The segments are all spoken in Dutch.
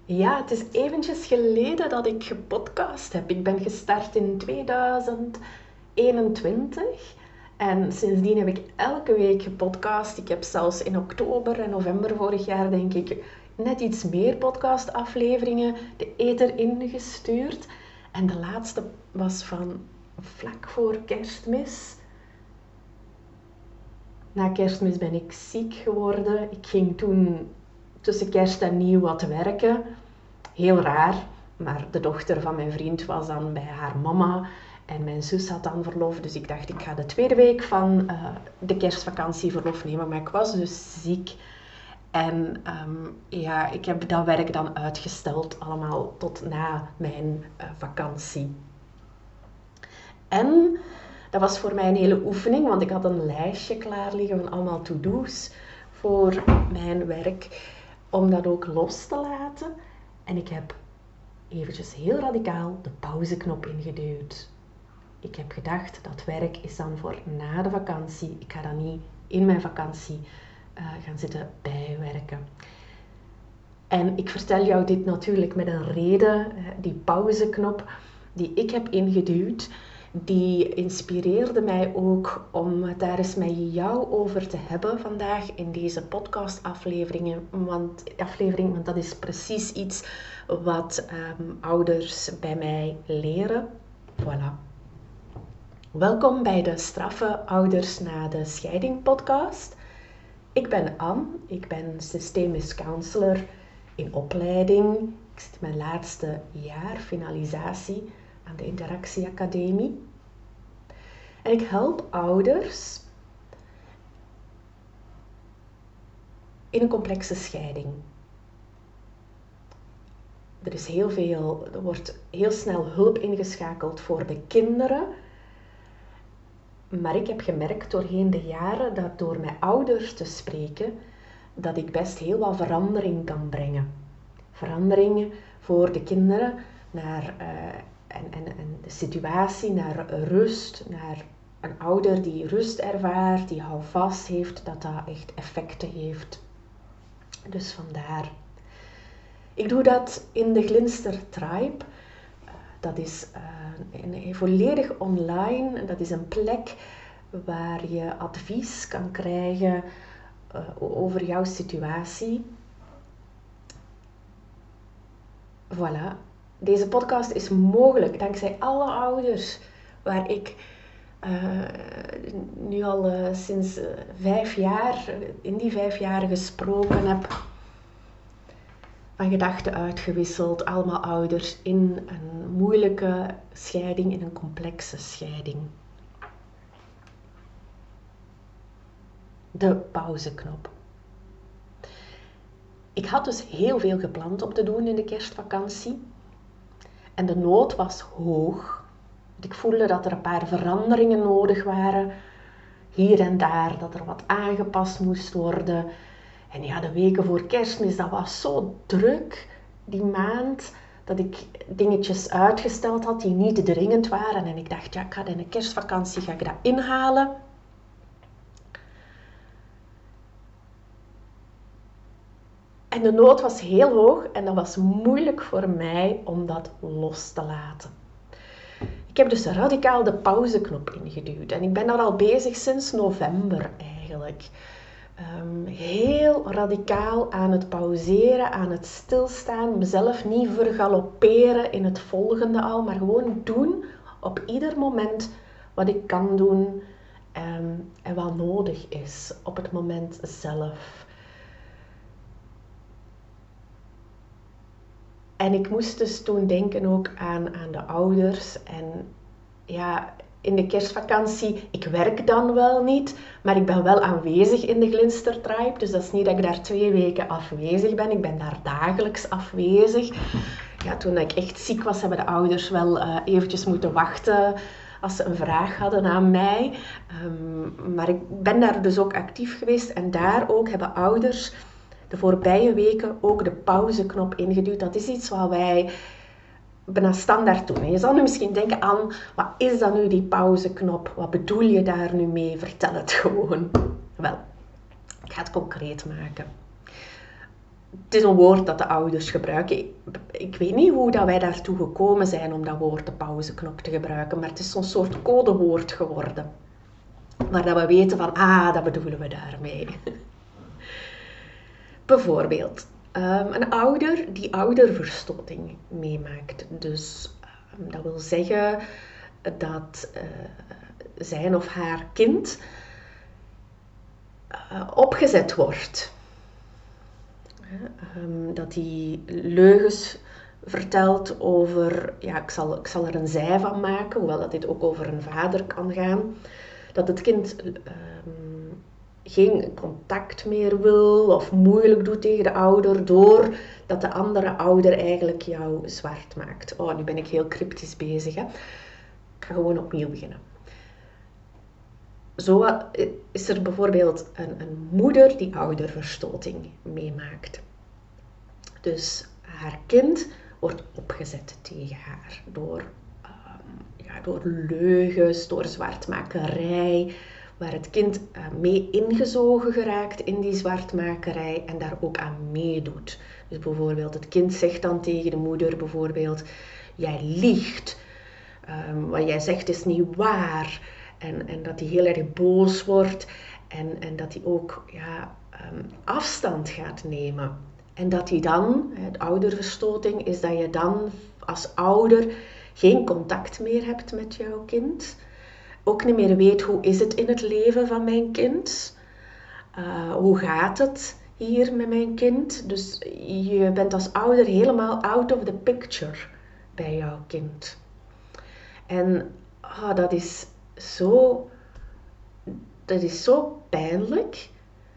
Ja, het is eventjes geleden dat ik gepodcast heb. Ik ben gestart in 2021 en sindsdien heb ik elke week gepodcast. Ik heb zelfs in oktober en november vorig jaar, denk ik, net iets meer podcastafleveringen de ether ingestuurd. En de laatste was van vlak voor Kerstmis. Na Kerstmis ben ik ziek geworden. Ik ging toen tussen kerst en nieuw wat werken. Heel raar, maar de dochter van mijn vriend was dan bij haar mama en mijn zus had dan verlof. Dus ik dacht, ik ga de tweede week van de kerstvakantie verlof nemen. Maar ik was dus ziek. En ik heb dat werk dan uitgesteld, allemaal tot na mijn vakantie. En dat was voor mij een hele oefening, want ik had een lijstje klaar liggen van allemaal to-do's voor mijn werk, om dat ook los te laten. En ik heb eventjes heel radicaal de pauzeknop ingeduwd. Ik heb gedacht, dat werk is dan voor na de vakantie. Ik ga dan niet in mijn vakantie gaan zitten bijwerken. En ik vertel jou dit natuurlijk met een reden. Die pauzeknop die ik heb ingeduwd, die inspireerde mij ook om het daar eens met jou over te hebben vandaag in deze podcastaflevering. Want dat is precies iets wat ouders bij mij leren. Voilà. Welkom bij de Straffe Ouders na de Scheiding podcast. Ik ben Anne, ik ben systemisch counselor in opleiding. Ik zit in mijn laatste jaar finalisatie aan de Interactie Academie. En ik help ouders in een complexe scheiding. Er wordt heel snel hulp ingeschakeld voor de kinderen. Maar ik heb gemerkt doorheen de jaren dat door met ouders te spreken, dat ik best heel wat verandering kan brengen. Veranderingen voor de kinderen naar en de situatie, naar rust, naar een ouder die rust ervaart, die houvast heeft, dat echt effecten heeft. Dus vandaar. Ik doe dat in de Glinster Tribe. Dat is volledig online. Dat is een plek waar je advies kan krijgen over jouw situatie. Voilà. Deze podcast is mogelijk dankzij alle ouders waar ik nu al sinds 5 jaar, in die 5 jaar gesproken heb. Van gedachten uitgewisseld, allemaal ouders in een moeilijke scheiding, in een complexe scheiding. De pauzeknop. Ik had dus heel veel gepland om te doen in de kerstvakantie. En de nood was hoog. Ik voelde dat er een paar veranderingen nodig waren. Hier en daar, dat er wat aangepast moest worden. En ja, de weken voor Kerstmis, dat was zo druk die maand, dat ik dingetjes uitgesteld had die niet dringend waren. En ik dacht, ja, ik ga in de kerstvakantie dat inhalen. En de nood was heel hoog en dat was moeilijk voor mij om dat los te laten. Ik heb dus radicaal de pauzeknop ingeduwd. En ik ben daar al bezig sinds november eigenlijk. Heel radicaal aan het pauzeren, aan het stilstaan, mezelf niet vergalopperen in het volgende al, maar gewoon doen op ieder moment wat ik kan doen en wat nodig is op het moment zelf. En ik moest dus toen denken ook aan de ouders en ja, in de kerstvakantie, ik werk dan wel niet, maar ik ben wel aanwezig in de Glinster Tribe. Dus dat is niet dat ik daar 2 weken afwezig ben. Ik ben daar dagelijks afwezig. Ja, toen ik echt ziek was, hebben de ouders wel eventjes moeten wachten als ze een vraag hadden aan mij. Maar ik ben daar dus ook actief geweest. En daar ook hebben ouders de voorbije weken ook de pauzeknop ingeduwd. Dat is iets wat wij bijna standaard doen. En je zal nu misschien denken aan, wat is dan nu die pauzeknop? Wat bedoel je daar nu mee? Vertel het gewoon. Wel, ik ga het concreet maken. Het is een woord dat de ouders gebruiken. Ik weet niet hoe dat wij daartoe gekomen zijn om dat woord, de pauzeknop, te gebruiken. Maar het is zo'n soort codewoord geworden. Waar dat we weten van, dat bedoelen we daarmee. Bijvoorbeeld, een ouder die ouderverstoting meemaakt. Dus dat wil zeggen dat zijn of haar kind opgezet wordt. Dat hij leugens vertelt over, ik zal er een zij van maken, hoewel dat dit ook over een vader kan gaan. Dat het kind geen contact meer wil of moeilijk doet tegen de ouder, doordat de andere ouder eigenlijk jou zwart maakt. Oh, nu ben ik heel cryptisch bezig. Hè? Ik ga gewoon opnieuw beginnen. Zo is er bijvoorbeeld een moeder die ouderverstoting meemaakt. Dus haar kind wordt opgezet tegen haar door leugens, door zwartmakerij, waar het kind mee ingezogen geraakt in die zwartmakerij en daar ook aan meedoet. Dus bijvoorbeeld het kind zegt dan tegen de moeder bijvoorbeeld, jij liegt, wat jij zegt is niet waar. En dat hij heel erg boos wordt en dat hij ook afstand gaat nemen. En dat hij dan, de ouderverstoting, is dat je dan als ouder geen contact meer hebt met jouw kind. Ook niet meer weet hoe is het in het leven van mijn kind. Hoe gaat het hier met mijn kind. Dus je bent als ouder helemaal out of the picture bij jouw kind. En dat is zo pijnlijk.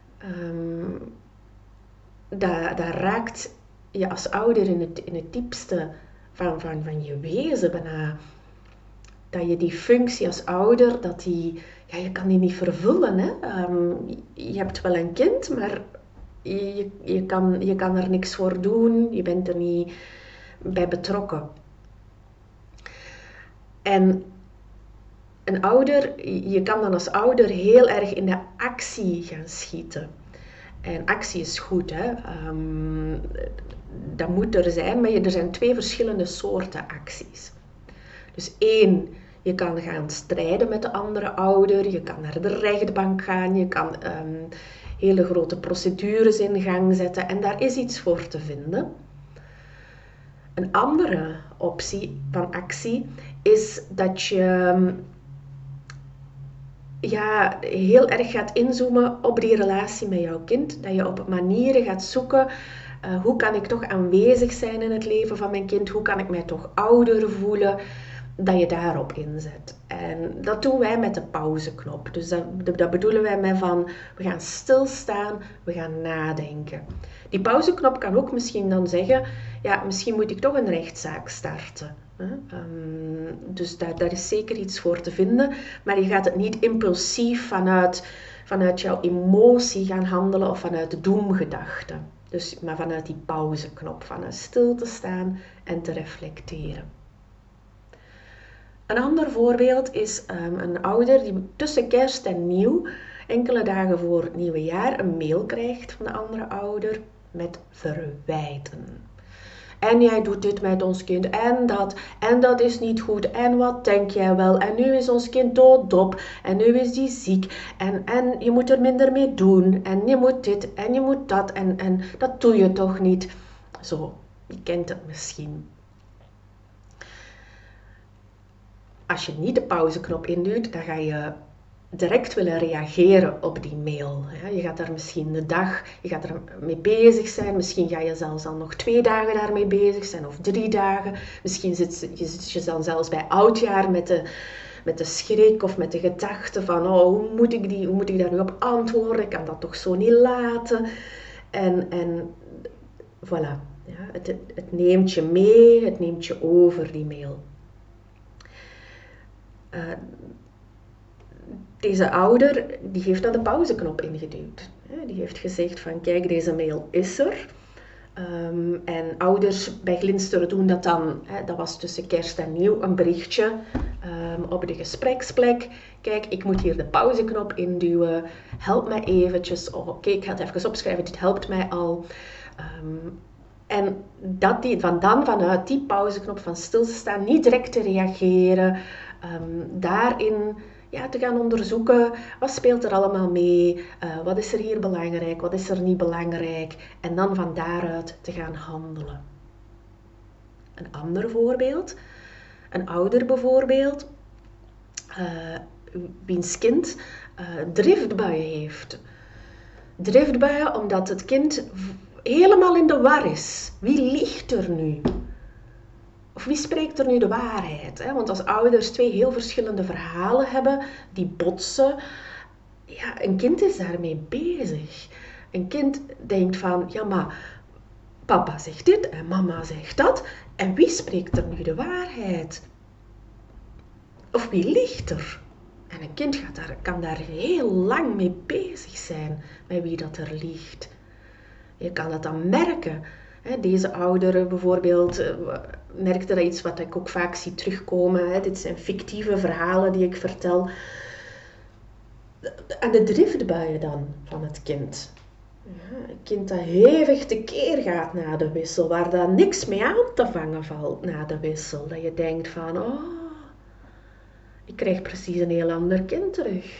Dat raakt je als ouder in het diepste van je wezen bijna. Dat je die functie als ouder, je kan die niet vervullen. Hè? Je hebt wel een kind, maar je kan er niks voor doen. Je bent er niet bij betrokken. En een ouder, je kan dan als ouder heel erg in de actie gaan schieten. En actie is goed, hè. Dat moet er zijn, maar er zijn 2 verschillende soorten acties. Dus 1, je kan gaan strijden met de andere ouder, je kan naar de rechtbank gaan, je kan hele grote procedures in gang zetten en daar is iets voor te vinden. Een andere optie van actie is dat je heel erg gaat inzoomen op die relatie met jouw kind. Dat je op manieren gaat zoeken, hoe kan ik toch aanwezig zijn in het leven van mijn kind? Hoe kan ik mij toch ouder voelen? Dat je daarop inzet. En dat doen wij met de pauzeknop. Dus dat bedoelen wij met van, we gaan stilstaan, we gaan nadenken. Die pauzeknop kan ook misschien dan zeggen, misschien moet ik toch een rechtszaak starten. Dus daar is zeker iets voor te vinden, maar je gaat het niet impulsief vanuit jouw emotie gaan handelen of vanuit de doemgedachte. Dus, maar vanuit die pauzeknop, vanuit stil te staan en te reflecteren. Een ander voorbeeld is een ouder die tussen kerst en nieuw, enkele dagen voor het nieuwe jaar, een mail krijgt van de andere ouder met verwijten. En jij doet dit met ons kind en dat is niet goed en wat denk jij wel en nu is ons kind dooddop en nu is die ziek en je moet er minder mee doen en je moet dit en je moet dat en dat doe je toch niet. Zo, je kent het misschien. Als je niet de pauzeknop induwt, dan ga je direct willen reageren op die mail. Je gaat daar misschien je gaat er mee bezig zijn. Misschien ga je zelfs al nog 2 dagen daarmee bezig zijn of 3 dagen. Misschien zit je dan zelfs bij oudjaar met de schrik of met de gedachte van hoe moet ik daar nu op antwoorden? Ik kan dat toch zo niet laten. En voilà. Het neemt je mee, het neemt je over, die mail. Deze ouder die heeft dan de pauzeknop ingeduwd. Die heeft gezegd van kijk, deze mail is er. En ouders bij Glinster doen dat dan, dat was tussen kerst en nieuw, een berichtje op de gespreksplek. Kijk, ik moet hier de pauzeknop induwen. Help mij eventjes. Oké, ik ga het even opschrijven, dit helpt mij al. En vanuit die pauzeknop van stilstaan, niet direct te reageren, daarin te gaan onderzoeken, wat speelt er allemaal mee, wat is er hier belangrijk, wat is er niet belangrijk, en dan van daaruit te gaan handelen. Een ander voorbeeld, een ouder bijvoorbeeld, wiens kind driftbuien heeft. Driftbuien omdat het kind helemaal in de war is. Wie liegt er nu? Of wie spreekt er nu de waarheid? Hè? Want als ouders twee heel verschillende verhalen hebben, die botsen, een kind is daarmee bezig. Een kind denkt van, ja maar papa zegt dit en mama zegt dat. En wie spreekt er nu de waarheid? Of wie liegt er? En een kind kan daar heel lang mee bezig zijn, met wie dat er liegt. Je kan dat dan merken. Deze ouder bijvoorbeeld merkte dat iets wat ik ook vaak zie terugkomen. Dit zijn fictieve verhalen die ik vertel. Aan de driftbuien dan van het kind. Een kind dat hevig tekeer gaat na de wissel, waar dan niks mee aan te vangen valt na de wissel. Dat je denkt van, ik krijg precies een heel ander kind terug.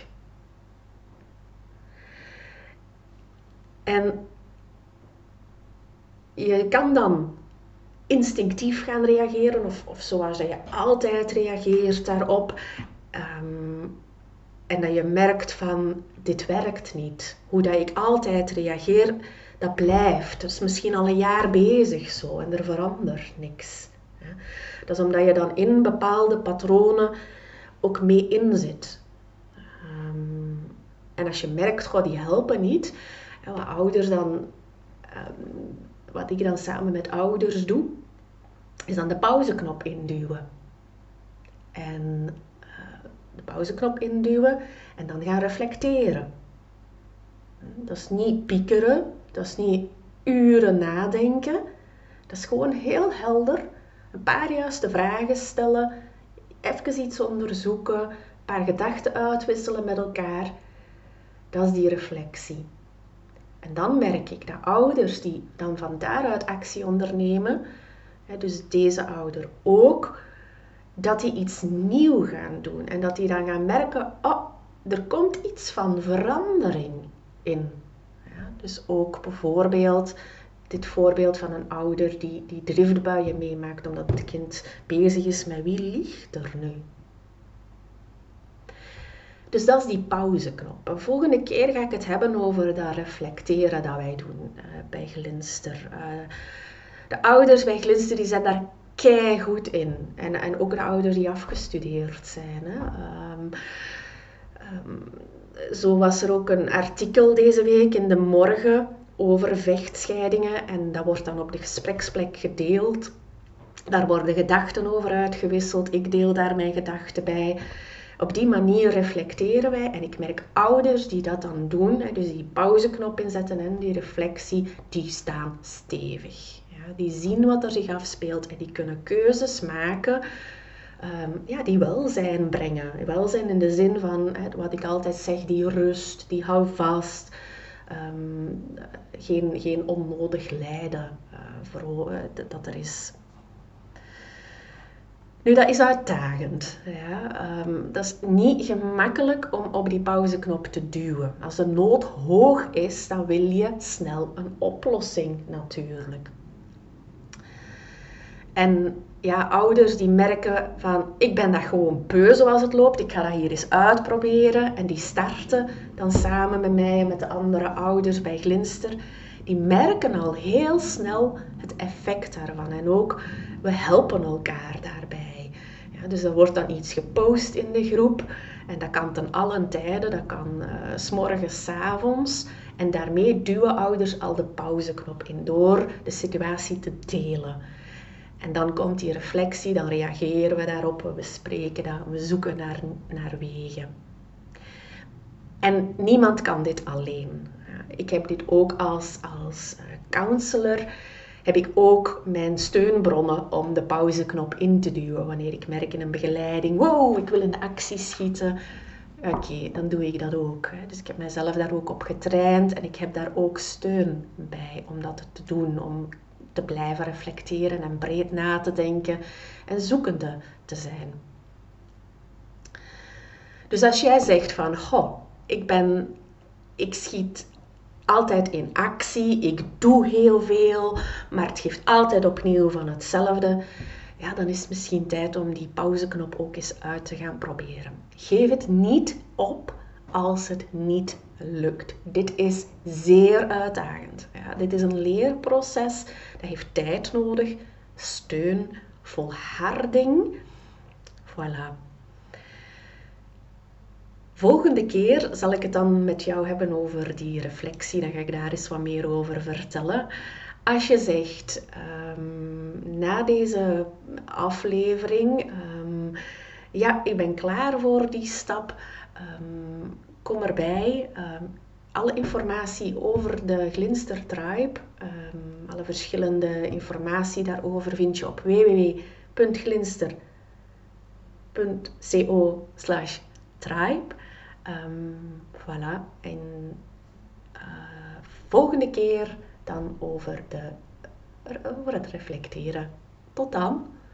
En je kan dan instinctief gaan reageren of zoals dat je altijd reageert daarop. En dat je merkt van, dit werkt niet. Hoe dat ik altijd reageer, dat blijft. Dat is misschien al een jaar bezig zo en er verandert niks. Dat is omdat je dan in bepaalde patronen ook mee inzit. En als je merkt, die helpen niet. Wat ouders dan... Wat ik dan samen met ouders doe, is dan de pauzeknop induwen. En de pauzeknop induwen en dan gaan reflecteren. Dat is niet piekeren, dat is niet uren nadenken. Dat is gewoon heel helder, een paar juiste vragen stellen, even iets onderzoeken, een paar gedachten uitwisselen met elkaar. Dat is die reflectie. En dan merk ik dat ouders die dan van daaruit actie ondernemen, dus deze ouder ook, dat die iets nieuw gaan doen. En dat die dan gaan merken, er komt iets van verandering in. Dus ook bijvoorbeeld dit voorbeeld van een ouder die driftbuien meemaakt omdat het kind bezig is met wie liegt er nu. Dus dat is die pauzeknop. De volgende keer ga ik het hebben over dat reflecteren dat wij doen bij Glinster. De ouders bij Glinster die zijn daar keigoed in. En ook de ouders die afgestudeerd zijn. Zo was er ook een artikel deze week in de Morgen over vechtscheidingen. En dat wordt dan op de gespreksplek gedeeld. Daar worden gedachten over uitgewisseld. Ik deel daar mijn gedachten bij. Op die manier reflecteren wij en ik merk ouders die dat dan doen, dus die pauzeknop inzetten en die reflectie, die staan stevig. Die zien wat er zich afspeelt en die kunnen keuzes maken die welzijn brengen. Welzijn in de zin van, wat ik altijd zeg, die rust, die houvast, geen onnodig lijden dat er is. Nu, dat is uitdagend. Dat is niet gemakkelijk om op die pauzeknop te duwen. Als de nood hoog is, dan wil je snel een oplossing natuurlijk. En ouders die merken van, ik ben dat gewoon beu zoals het loopt, ik ga dat hier eens uitproberen. En die starten dan samen met mij en met de andere ouders bij Glinster. Die merken al heel snel het effect daarvan. En ook, we helpen elkaar daarbij. Dus er wordt dan iets gepost in de groep. En dat kan ten allen tijden, dat kan 's morgens, 's avonds. En daarmee duwen ouders al de pauzeknop in door de situatie te delen. En dan komt die reflectie, dan reageren we daarop, we bespreken dat, we zoeken naar wegen. En niemand kan dit alleen. Ik heb dit ook als counselor, heb ik ook mijn steunbronnen om de pauzeknop in te duwen. Wanneer ik merk in een begeleiding, wow, ik wil in de actie schieten. Oké, dan doe ik dat ook. Dus ik heb mezelf daar ook op getraind en ik heb daar ook steun bij om dat te doen, om te blijven reflecteren en breed na te denken en zoekende te zijn. Dus als jij zegt van, ik schiet altijd in actie, ik doe heel veel, maar het geeft altijd opnieuw van hetzelfde, ja, dan is het misschien tijd om die pauzeknop ook eens uit te gaan proberen. Geef het niet op als het niet lukt. Dit is zeer uitdagend. Ja, dit is een leerproces, dat heeft tijd nodig, steun, volharding. Voilà. Volgende keer zal ik het dan met jou hebben over die reflectie. Dan ga ik daar eens wat meer over vertellen. Als je zegt, na deze aflevering, ja, ik ben klaar voor die stap, kom erbij. Alle informatie over de Glinster Tribe, alle verschillende informatie daarover vind je op www.glinster.co/tribe. Voilà. En volgende keer dan over het reflecteren. Tot dan!